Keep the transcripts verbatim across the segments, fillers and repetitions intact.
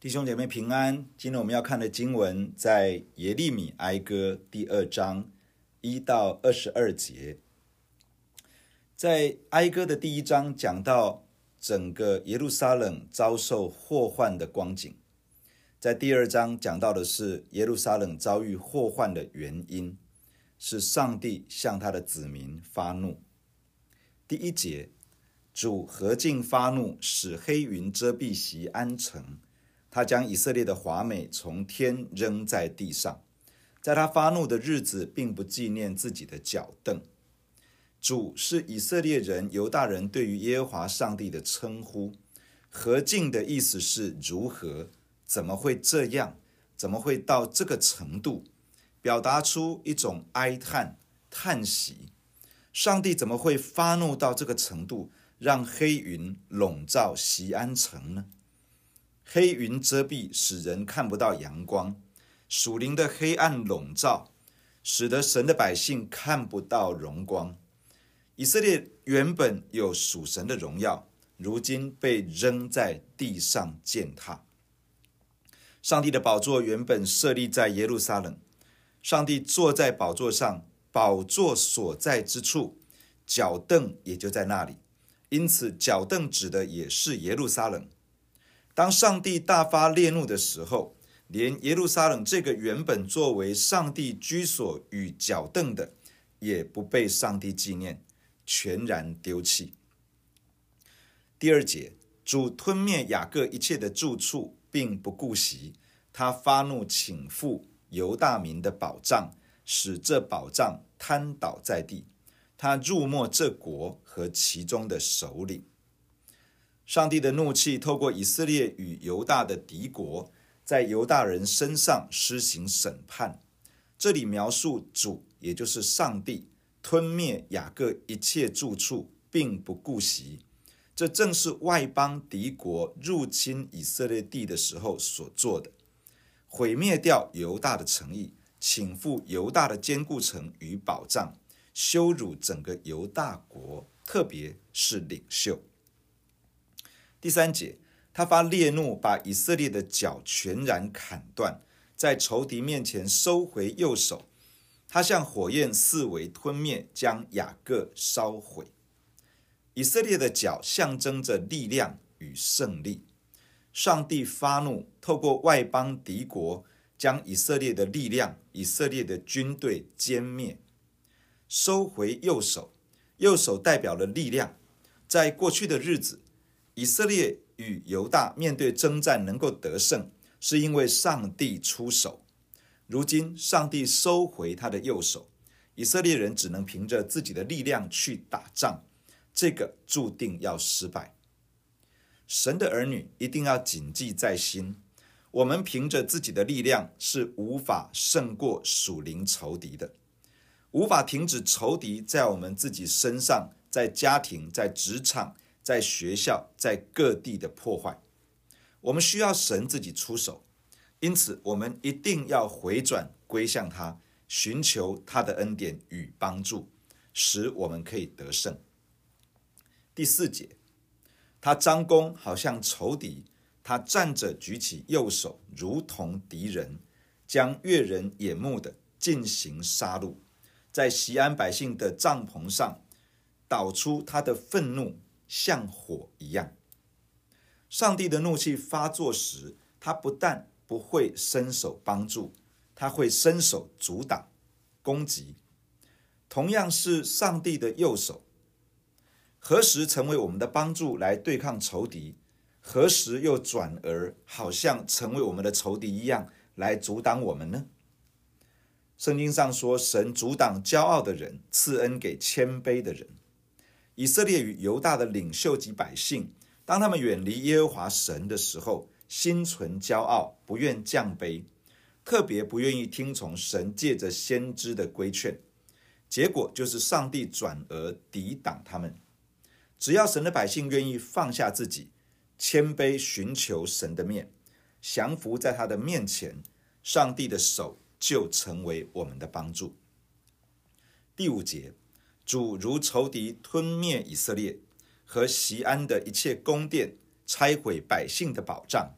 弟兄姐妹平安，今天我们要看的经文在耶利米哀歌第二章一到二十二节。在哀歌的第一章讲到整个耶路撒冷遭受祸患的光景，在第二章讲到的是耶路撒冷遭遇祸患的原因，是上帝向他的子民发怒。第一节，主何竟发怒，使黑云遮蔽锡安城，他将以色列的华美从天扔在地上，在他发怒的日子，并不纪念自己的脚凳。主是以色列人、犹大人对于耶和华上帝的称呼。何竟的意思是如何，怎么会这样，怎么会到这个程度，表达出一种哀叹、叹息。上帝怎么会发怒到这个程度，让黑云笼罩锡安城呢？黑云遮蔽，使人看不到阳光，属灵的黑暗笼罩，使得神的百姓看不到荣光。以色列原本有属神的荣耀，如今被扔在地上践踏。上帝的宝座原本设立在耶路撒冷，上帝坐在宝座上，宝座所在之处，脚凳也就在那里，因此脚凳指的也是耶路撒冷。当上帝大发烈怒的时候，连耶路撒冷这个原本作为上帝居所与脚凳的，也不被上帝纪念，全然丢弃。第二节，主吞灭雅各一切的住处，并不顾惜，他发怒倾覆犹大民的宝藏，使这宝藏瘫倒在地，他辱没这国和其中的首领。上帝的怒气透过以色列与犹大的敌国，在犹大人身上施行审判。这里描述主，也就是上帝，吞灭雅各一切住处，并不顾惜。这正是外邦敌国入侵以色列地的时候所做的，毁灭掉犹大的城邑，倾覆犹大的坚固城与保障，羞辱整个犹大国，特别是领袖。第三节，他发烈怒，把以色列的脚全然砍断，在仇敌面前收回右手，他像火焰四围吞灭，将雅各烧毁。以色列的脚象征着力量与胜利。上帝发怒，透过外邦敌国，将以色列的力量、以色列的军队歼灭。收回右手，右手代表了力量。在过去的日子，以色列与犹大面对征战能够得胜，是因为上帝出手。如今上帝收回他的右手，以色列人只能凭着自己的力量去打仗，这个注定要失败。神的儿女一定要谨记在心，我们凭着自己的力量是无法胜过属灵仇敌的，无法停止仇敌在我们自己身上，在家庭、在职场、在学校、在各地的破坏。我们需要神自己出手，因此我们一定要回转归向他，寻求他的恩典与帮助，使我们可以得胜。第四节，他张弓好像仇敌，他站着举起右手，如同敌人，将悦人眼目的进行杀戮，在锡安百姓的帐篷上导出他的愤怒，像火一样。上帝的怒气发作时，他不但不会伸手帮助，他会伸手阻挡、攻击。同样是上帝的右手，何时成为我们的帮助来对抗仇敌，何时又转而好像成为我们的仇敌一样来阻挡我们呢？圣经上说，神阻挡骄傲的人，赐恩给谦卑的人。以色列与犹大的领袖及百姓，当他们远离耶和华神的时候，心存骄傲，不愿降卑，特别不愿意听从神借着先知的规劝，结果就是上帝转而抵挡他们。只要神的百姓愿意放下自己，谦卑寻求神的面，降服在他的面前，上帝的手就成为我们的帮助。第五节，主如仇敌吞灭以色列和锡安的一切宫殿，拆毁百姓的保障，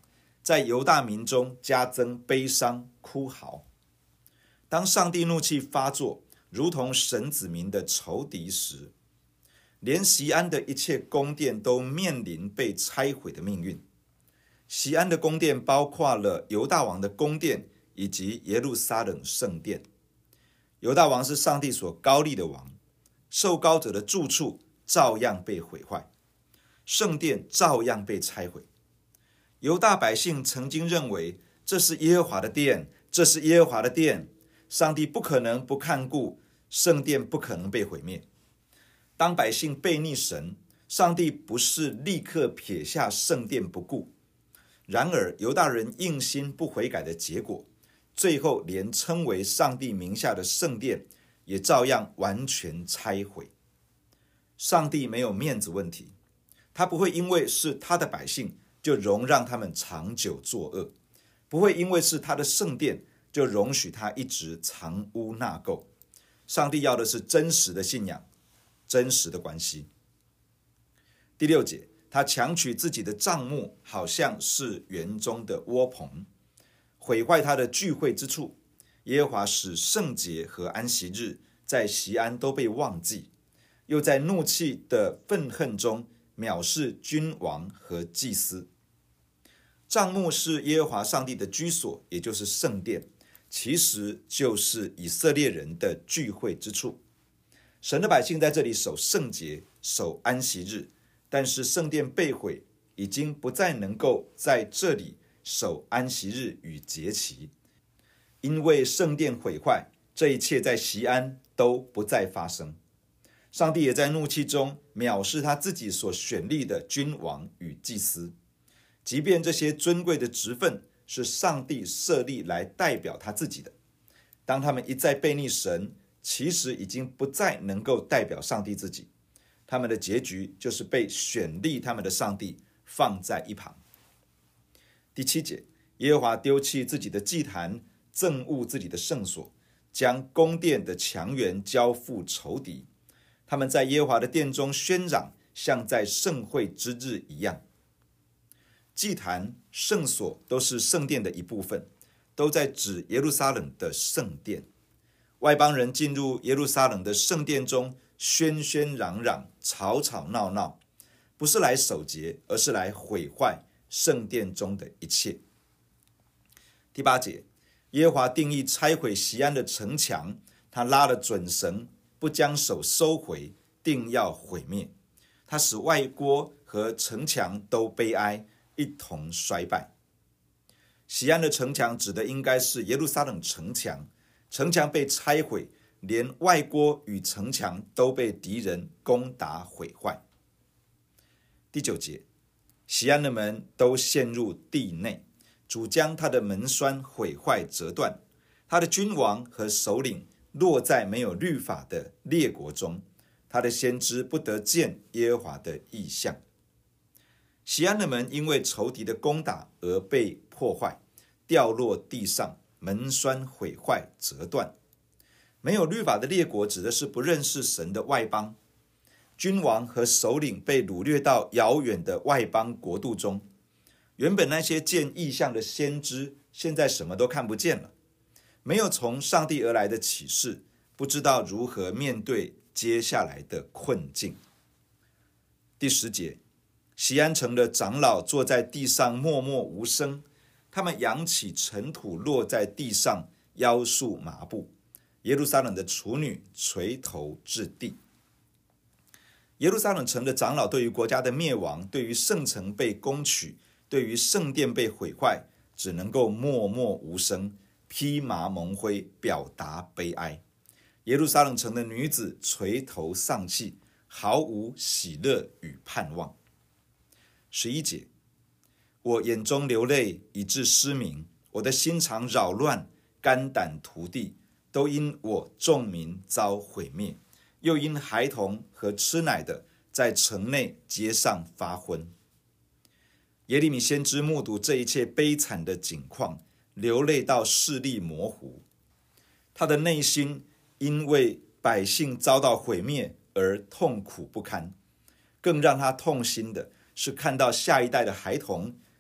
在犹大民中加增悲伤哭嚎。当上帝怒气发作，如同神子民的仇敌时，连锡安的一切宫殿都面临被拆毁的命运。锡安的宫殿包括了犹大王的宫殿以及耶路撒冷圣殿。犹大王是上帝所膏立的王，受膏者的住处照样被毁坏，圣殿照样被拆毁。犹大百姓曾经认为这是耶和华的殿，这是耶和华的殿，上帝不可能不看顾，圣殿不可能被毁灭。当百姓悖逆神，上帝不是立刻撇下圣殿不顾，然而犹大人硬心不悔改的结果，最后连称为上帝名下的圣殿也照样完全拆毁。上帝没有面子问题，他不会因为是他的百姓就容让他们长久作恶，不会因为是他的圣殿就容许他一直藏污纳垢。上帝要的是真实的信仰，真实的关系。第六节，他强取自己的帐幕，好像是园中的窝棚，毁坏他的聚会之处。耶和华使圣节和安息日在锡安都被忘记，又在怒气的愤恨中藐视君王和祭司。帐幕是耶和华上帝的居所，也就是圣殿，其实就是以色列人的聚会之处。神的百姓在这里守圣节，守安息日，但是圣殿被毁，已经不再能够在这里守安息日与节期。因为圣殿毁坏，这一切在锡安都不再发生。上帝也在怒气中藐视他自己所选立的君王与祭司，即便这些尊贵的职分是上帝设立来代表他自己的，当他们一再悖逆神，其实已经不再能够代表上帝自己，他们的结局就是被选立他们的上帝放在一旁。第七节，耶和华丢弃自己的祭坛，憎恶自己的圣所，将宫殿的墙垣交付仇敌。他们在耶和华的殿中喧嚷，像在盛会之日一样。祭坛、圣所都是圣殿的一部分，都在指耶路撒冷的圣殿。外邦人进入耶路撒冷的圣殿中，喧喧嚷嚷，吵吵闹闹，不是来守节，而是来毁坏圣殿中的一切。第八节，耶和华定义拆毁锡安的城墙，他拉了准绳，不将手收回，定要毁灭。他使外郭和城墙都悲哀，一同衰败。锡安的城墙指的应该是耶路撒冷城墙，城墙被拆毁，连外郭与城墙都被敌人攻打毁坏。第九节，锡安的门都陷入地内，主将他的门栓毁坏折断，他的君王和首领落在没有律法的列国中，他的先知不得见耶和华的异象。锡安的门因为仇敌的攻打而被破坏，掉落地上，门栓毁坏折断。没有律法的列国指的是不认识神的外邦，君王和首领被掳掠到遥远的外邦国度中。原本那些见异象的先知，现在什么都看不见了，没有从上帝而来的启示，不知道如何面对接下来的困境。第十节，锡安城的长老坐在地上默默无声，他们扬起尘土落在地上，腰束麻布。耶路撒冷的处女垂头至地。耶路撒冷城的长老对于国家的灭亡，对于圣城被攻取，对于圣殿被毁坏，只能够默默无声，披麻蒙灰，表达悲哀。耶路撒冷城的女子垂头丧气，毫无喜乐与盼望。十一节，我眼中流泪，以致失明，我的心肠扰乱，肝胆涂地，都因我众民遭毁灭，又因孩童和吃奶的在城内街上发昏。耶利米先知目睹这一切悲惨的景况，流泪到视力模糊。他的内心因为百姓遭到毁灭而痛苦不堪，更让他痛心的是看到下一代的孩童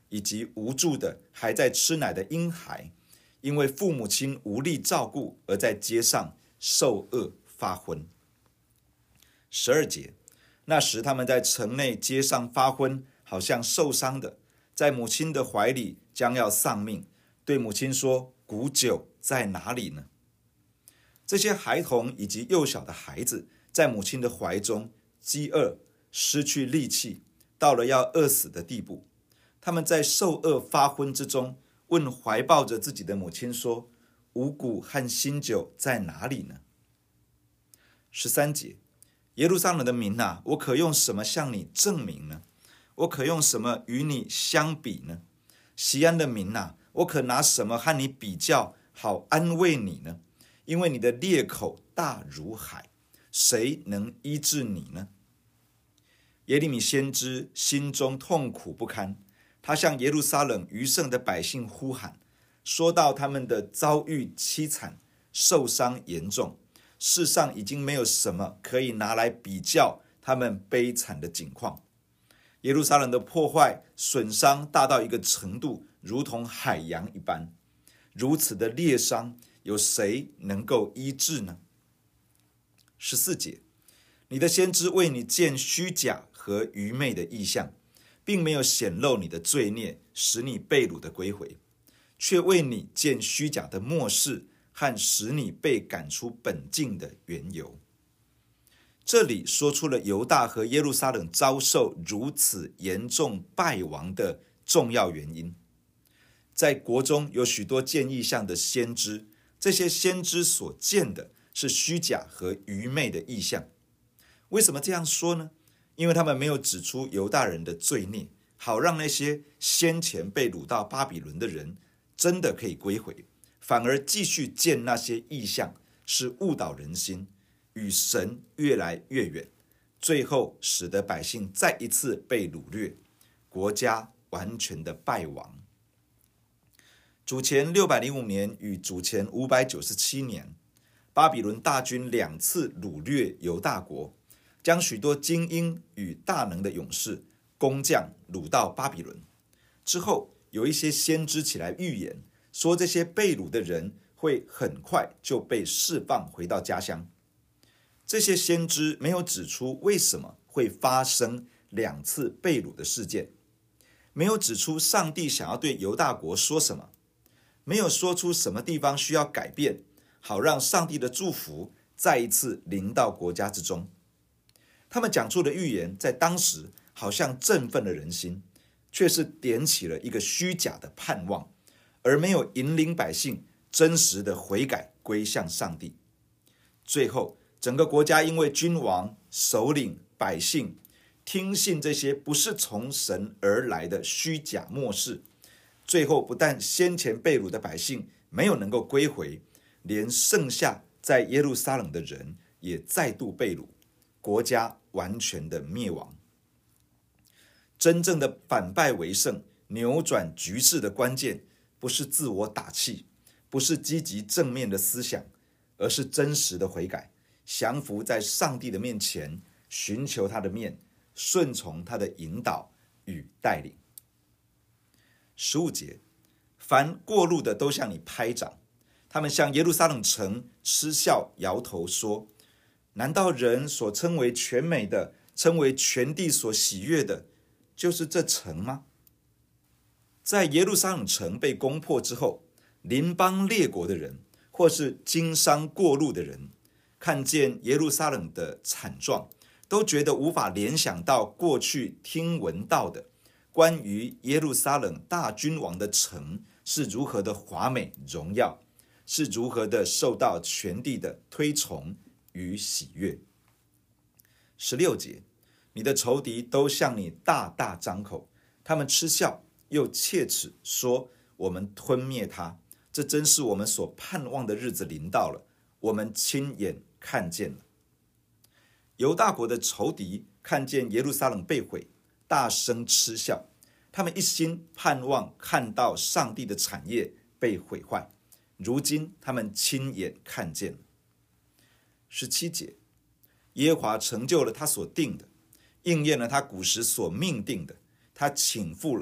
以及无助的还在吃奶的婴孩，因为父母亲无力照顾而在街上受饿发昏。十二节，那时他们在城内街上发昏，好像受伤的，在母亲的怀里将要丧命，对母亲说：古酒在哪里呢？这些孩童以及幼小的孩子在母亲的怀中饥饿，失去力气，到了要饿死的地步。他们在受饿发昏之中，问怀抱着自己的母亲说：五谷和新酒在哪里呢？十三节，耶路撒冷的民啊，我可用什么向你证明呢？我可用什么与你相比呢？锡安的民啊，我可拿什么和你比较，好安慰你呢？因为你的裂口大如海，谁能医治你呢？耶利米先知心中痛苦不堪，他向耶路撒冷余剩的百姓呼喊，说到他们的遭遇凄惨，受伤严重，世上已经没有什么可以拿来比较他们悲惨的境况。耶路撒冷的破坏损伤大到一个程度，如同海洋一般，如此的裂伤，有谁能够医治呢？十四节，你的先知为你见虚假和愚昧的异象，并没有显露你的罪孽，使你被掳的归回，却为你见虚假的末世和使你被赶出本境的缘由。这里说出了犹大和耶路撒冷遭受如此严重败亡的重要原因。在国中有许多见异象的先知，这些先知所见的是虚假和愚昧的异象。为什么这样说呢？因为他们没有指出犹大人的罪孽，好让那些先前被掳到巴比伦的人真的可以归回，反而继续见那些异象，是误导人心，与神越来越远，最后使得百姓再一次被掳掠，国家完全的败亡。主前六百零五年与主前五百九十七年，巴比伦大军两次掳掠犹大国，将许多精英与大能的勇士工匠掳到巴比伦。之后有一些先知起来预言，说这些被掳的人会很快就被释放回到家乡。这些先知没有指出为什么会发生两次被掳的事件，没有指出上帝想要对犹大国说什么，没有说出什么地方需要改变，好让上帝的祝福再一次临到国家之中。他们讲出的预言在当时好像振奋了人心，却是点起了一个虚假的盼望，而没有引领百姓真实的悔改归向上帝。最后整个国家因为君王、首领、百姓听信这些不是从神而来的虚假末世，最后不但先前被掳的百姓没有能够归回，连剩下在耶路撒冷的人也再度被掳，国家完全的灭亡。真正的反败为胜、扭转局势的关键，不是自我打气，不是积极正面的思想，而是真实的悔改，降服在上帝的面前，寻求他的面，顺从他的引导与带领。十五节，凡过路的都向你拍掌，他们向耶路撒冷城嗤笑摇头说：难道人所称为全美的，称为全地所喜悦的，就是这城吗？在耶路撒冷城被攻破之后，邻邦列国的人，或是经商过路的人，看见耶路撒冷的惨状，都觉得无法联想到过去听闻到的关于耶路撒冷大君王的城是如何的华美荣耀，是如何的受到全地的推崇与喜悦。十六节，你的仇敌都向你大大张口，他们嗤笑又切齿，说：我们吞灭他，这真是我们所盼望的日子临到了，我们亲眼看见了。犹大国的仇敌看见耶路撒冷被毁，大声嗤笑，他们一心盼望看到上帝的产业被毁坏，如今他们亲眼看见了。十七节，耶和华成就了他所定的，应验了他古时所命定的，他倾覆了，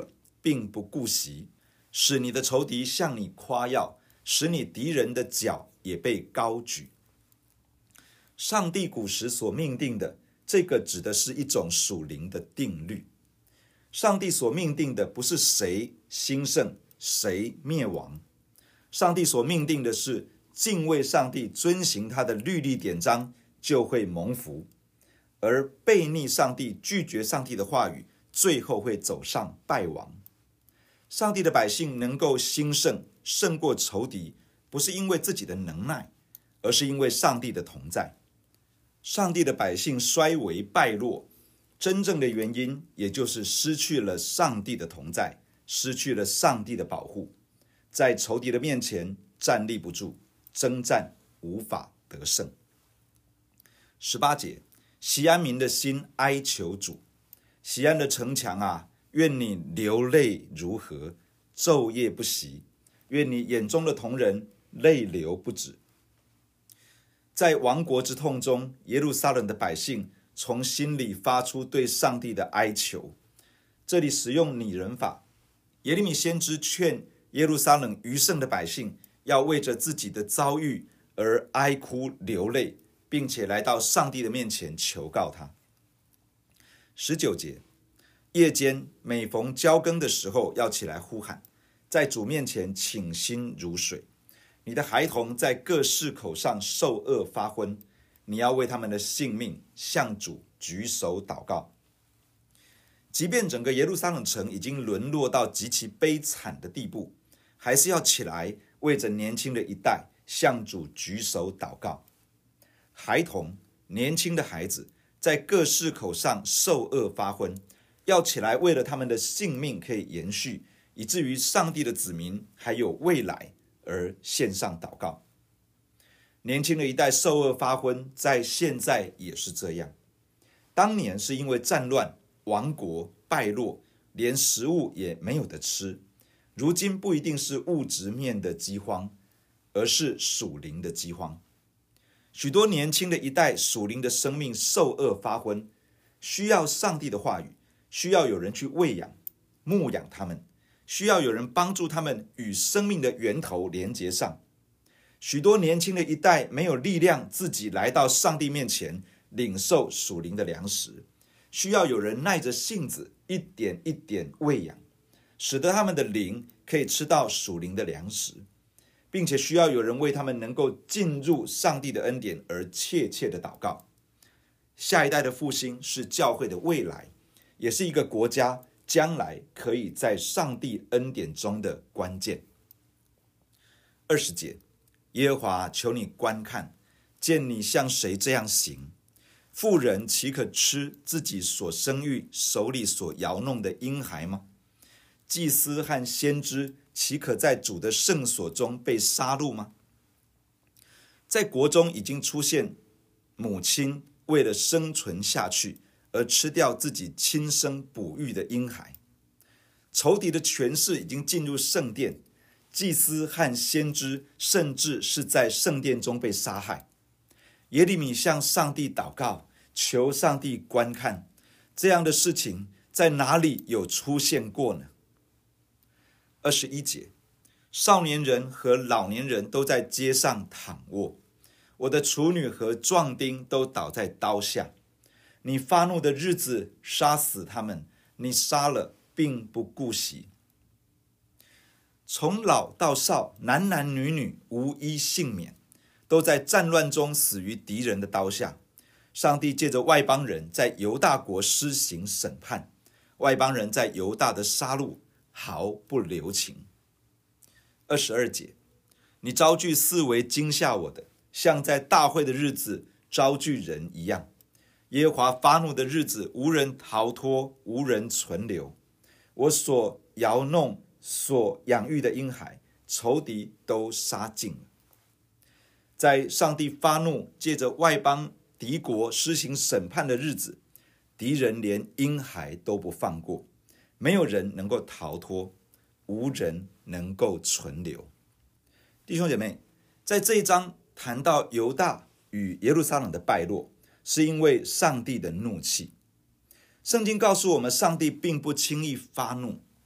并不顾惜，使你的仇敌向你夸耀，使你敌人的脚也被高举。上帝古时所命定的，这个指的是一种属灵的定律。上帝所命定的不是谁兴盛谁灭亡，上帝所命定的是敬畏上帝遵行他的律例典章就会蒙福，而悖逆上帝拒绝上帝的话语，最后会走上败亡。上帝的百姓能够兴盛胜过仇敌，不是因为自己的能耐，而是因为上帝的同在。上帝的百姓衰微败落，真正的原因也就是失去了上帝的同在，失去了上帝的保护，在仇敌的面前站立不住，征战无法得胜。十八节，锡安民的心哀求主，锡安的城墙啊，愿你流泪如河，昼夜不息，愿你眼中的瞳人泪流不止。在亡国之痛中，耶路撒冷的百姓从心里发出对上帝的哀求。这里使用拟人法，耶利米先知劝耶路撒冷余剩的百姓要为着自己的遭遇而哀哭流泪，并且来到上帝的面前求告他。十九节，夜间每逢交更的时候，要起来呼喊，在主面前倾心如水。你的孩童在各市口上受饿发昏，你要为他们的性命向主举手祷告。即便整个耶路撒冷城已经沦落到极其悲惨的地步，还是要起来为着年轻的一代向主举手祷告。孩童，年轻的孩子在各市口上受饿发昏，要起来为了他们的性命可以延续，以至于上帝的子民还有未来而献上祷告。年轻的一代受饿发昏，在现在也是这样。当年是因为战乱、亡国、败落，连食物也没有得吃。如今不一定是物质面的饥荒，而是属灵的饥荒。许多年轻的一代属灵的生命受饿发昏，需要上帝的话语，需要有人去喂养、牧养他们，需要有人帮助他们与生命的源头连结上。许多年轻的一代没有力量自己来到上帝面前领受属灵的粮食，需要有人耐着性子一点一点喂养，使得他们的灵可以吃到属灵的粮食，并且需要有人为他们能够进入上帝的恩典而切切的祷告。下一代的复兴是教会的未来，也是一个国家将来可以在上帝恩典中的关键。二十节，耶和华求你观看，见你像谁这样行？妇人岂可吃自己所生育手里所摇弄的婴孩吗？祭司和先知岂可在主的圣所中被杀戮吗？在国中已经出现母亲为了生存下去而吃掉自己亲生哺育的婴孩，仇敌的权势已经进入圣殿，祭司和先知甚至是在圣殿中被杀害。耶利米向上帝祷告，求上帝观看，这样的事情在哪里有出现过呢？二十一节，少年人和老年人都在街上躺卧，我的处女和壮丁都倒在刀下。你发怒的日子杀死他们，你杀了并不顾惜。从老到少，男男女女无一幸免，都在战乱中死于敌人的刀下。上帝借着外邦人在犹大国施行审判，外邦人在犹大的杀戮毫不留情。二十二节，你招聚四围惊吓我的，像在大会的日子招聚人一样。耶和华发怒的日子，无人逃脱，无人存留。我所摇弄、所养育的婴孩，仇敌都杀尽了。在上帝发怒，借着外邦敌国施行审判的日子，敌人连婴孩都不放过，没有人能够逃脱，无人能够存留。弟兄姐妹，在这一章谈到犹大与耶路撒冷的败落，是因为上帝的怒气。圣经告诉我们，上帝并不轻易发怒，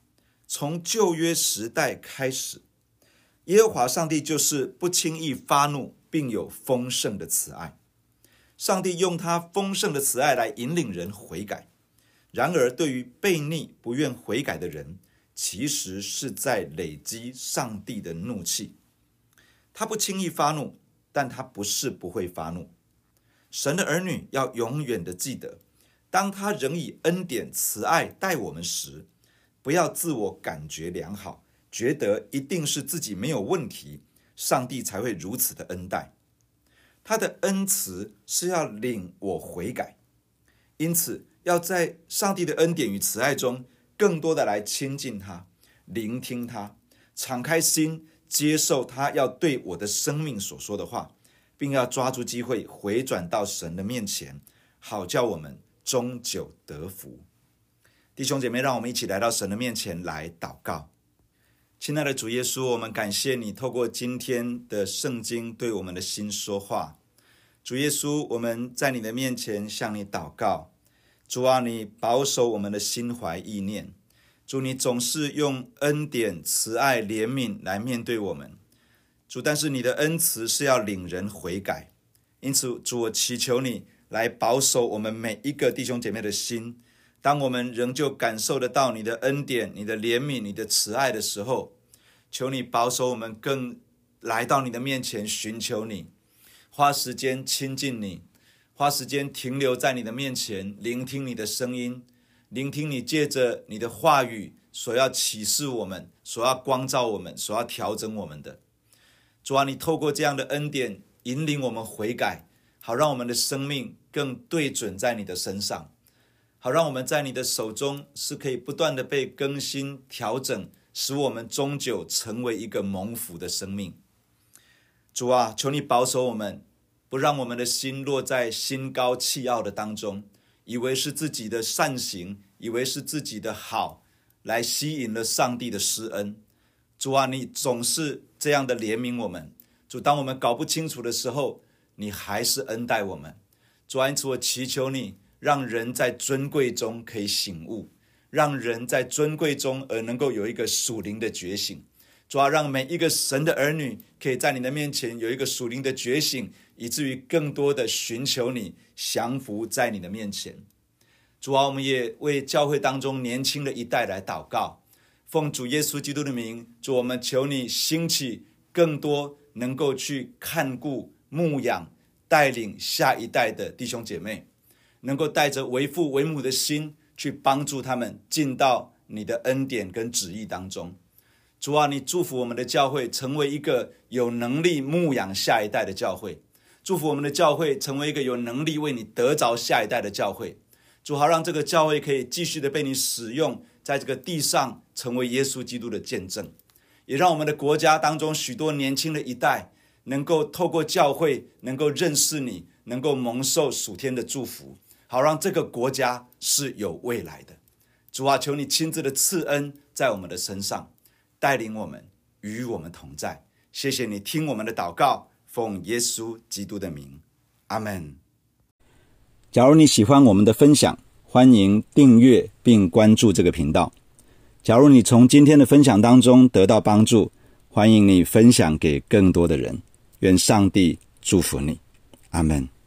从旧约时代开始，耶和华上帝就是不轻易发怒，并有丰盛的慈爱。上帝用他丰盛的慈爱来引领人悔改。然而对于悖逆不愿悔改的人，其实是在累积上帝的怒气。他不轻易发怒，但他不是不会发怒。神的儿女要永远的记得，当他仍以恩典慈爱待我们时，不要自我感觉良好，觉得一定是自己没有问题，上帝才会如此的恩待。他的恩慈是要领我悔改，因此要在上帝的恩典与慈爱中更多的来亲近他，聆听他，敞开心接受他要对我的生命所说的话，并要抓住机会回转到神的面前，好叫我们终久得福。弟兄姐妹，让我们一起来到神的面前来祷告。亲爱的主耶稣，我们感谢你透过今天的圣经对我们的心说话。主耶稣，我们在你的面前向你祷告。主啊，你保守我们的心怀意念。主，你总是用恩典、慈爱、怜悯来面对我们。主，但是你的恩慈是要领人悔改。因此，主，我祈求你来保守我们每一个弟兄姐妹的心。当我们仍旧感受得到你的恩典、你的怜悯、你的慈爱的时候，求你保守我们更来到你的面前寻求你，花时间亲近你，花时间停留在你的面前，聆听你的声音，聆听你借着你的话语所要启示我们，所要光照我们，所要调整我们的。主啊，你透过这样的恩典引领我们悔改，好让我们的生命更对准在你的身上，好让我们在你的手中是可以不断的被更新调整，使我们终究成为一个蒙福的生命。主啊，求你保守我们，不让我们的心落在心高气傲的当中，以为是自己的善行，以为是自己的好，来吸引了上帝的施恩。主啊，你总是这样的怜悯我们。主，当我们搞不清楚的时候，你还是恩待我们。主啊，因此我祈求你，让人在尊贵中可以醒悟，让人在尊贵中而能够有一个属灵的觉醒。主啊，让每一个神的儿女可以在你的面前有一个属灵的觉醒，以至于更多的寻求你，降服在你的面前。主啊，我们也为教会当中年轻的一代来祷告，奉主耶稣基督的名，主，我们求你兴起更多能够去看顾、牧养、带领下一代的弟兄姐妹，能够带着为父为母的心去帮助他们进到你的恩典跟旨意当中。主啊，你祝福我们的教会成为一个有能力牧养下一代的教会，祝福我们的教会成为一个有能力为你得着下一代的教会。主，好让这个教会可以继续的被你使用，在这个地上成为耶稣基督的见证，也让我们的国家当中许多年轻的一代能够透过教会能够认识你，能够蒙受属天的祝福，好让这个国家是有未来的。主啊，求你亲自的赐恩在我们的身上，带领我们，与我们同在。谢谢你听我们的祷告，奉耶稣基督的名，阿们。假如你喜欢我们的分享，欢迎订阅并关注这个频道。假如你从今天的分享当中得到帮助，欢迎你分享给更多的人。愿上帝祝福你，阿们。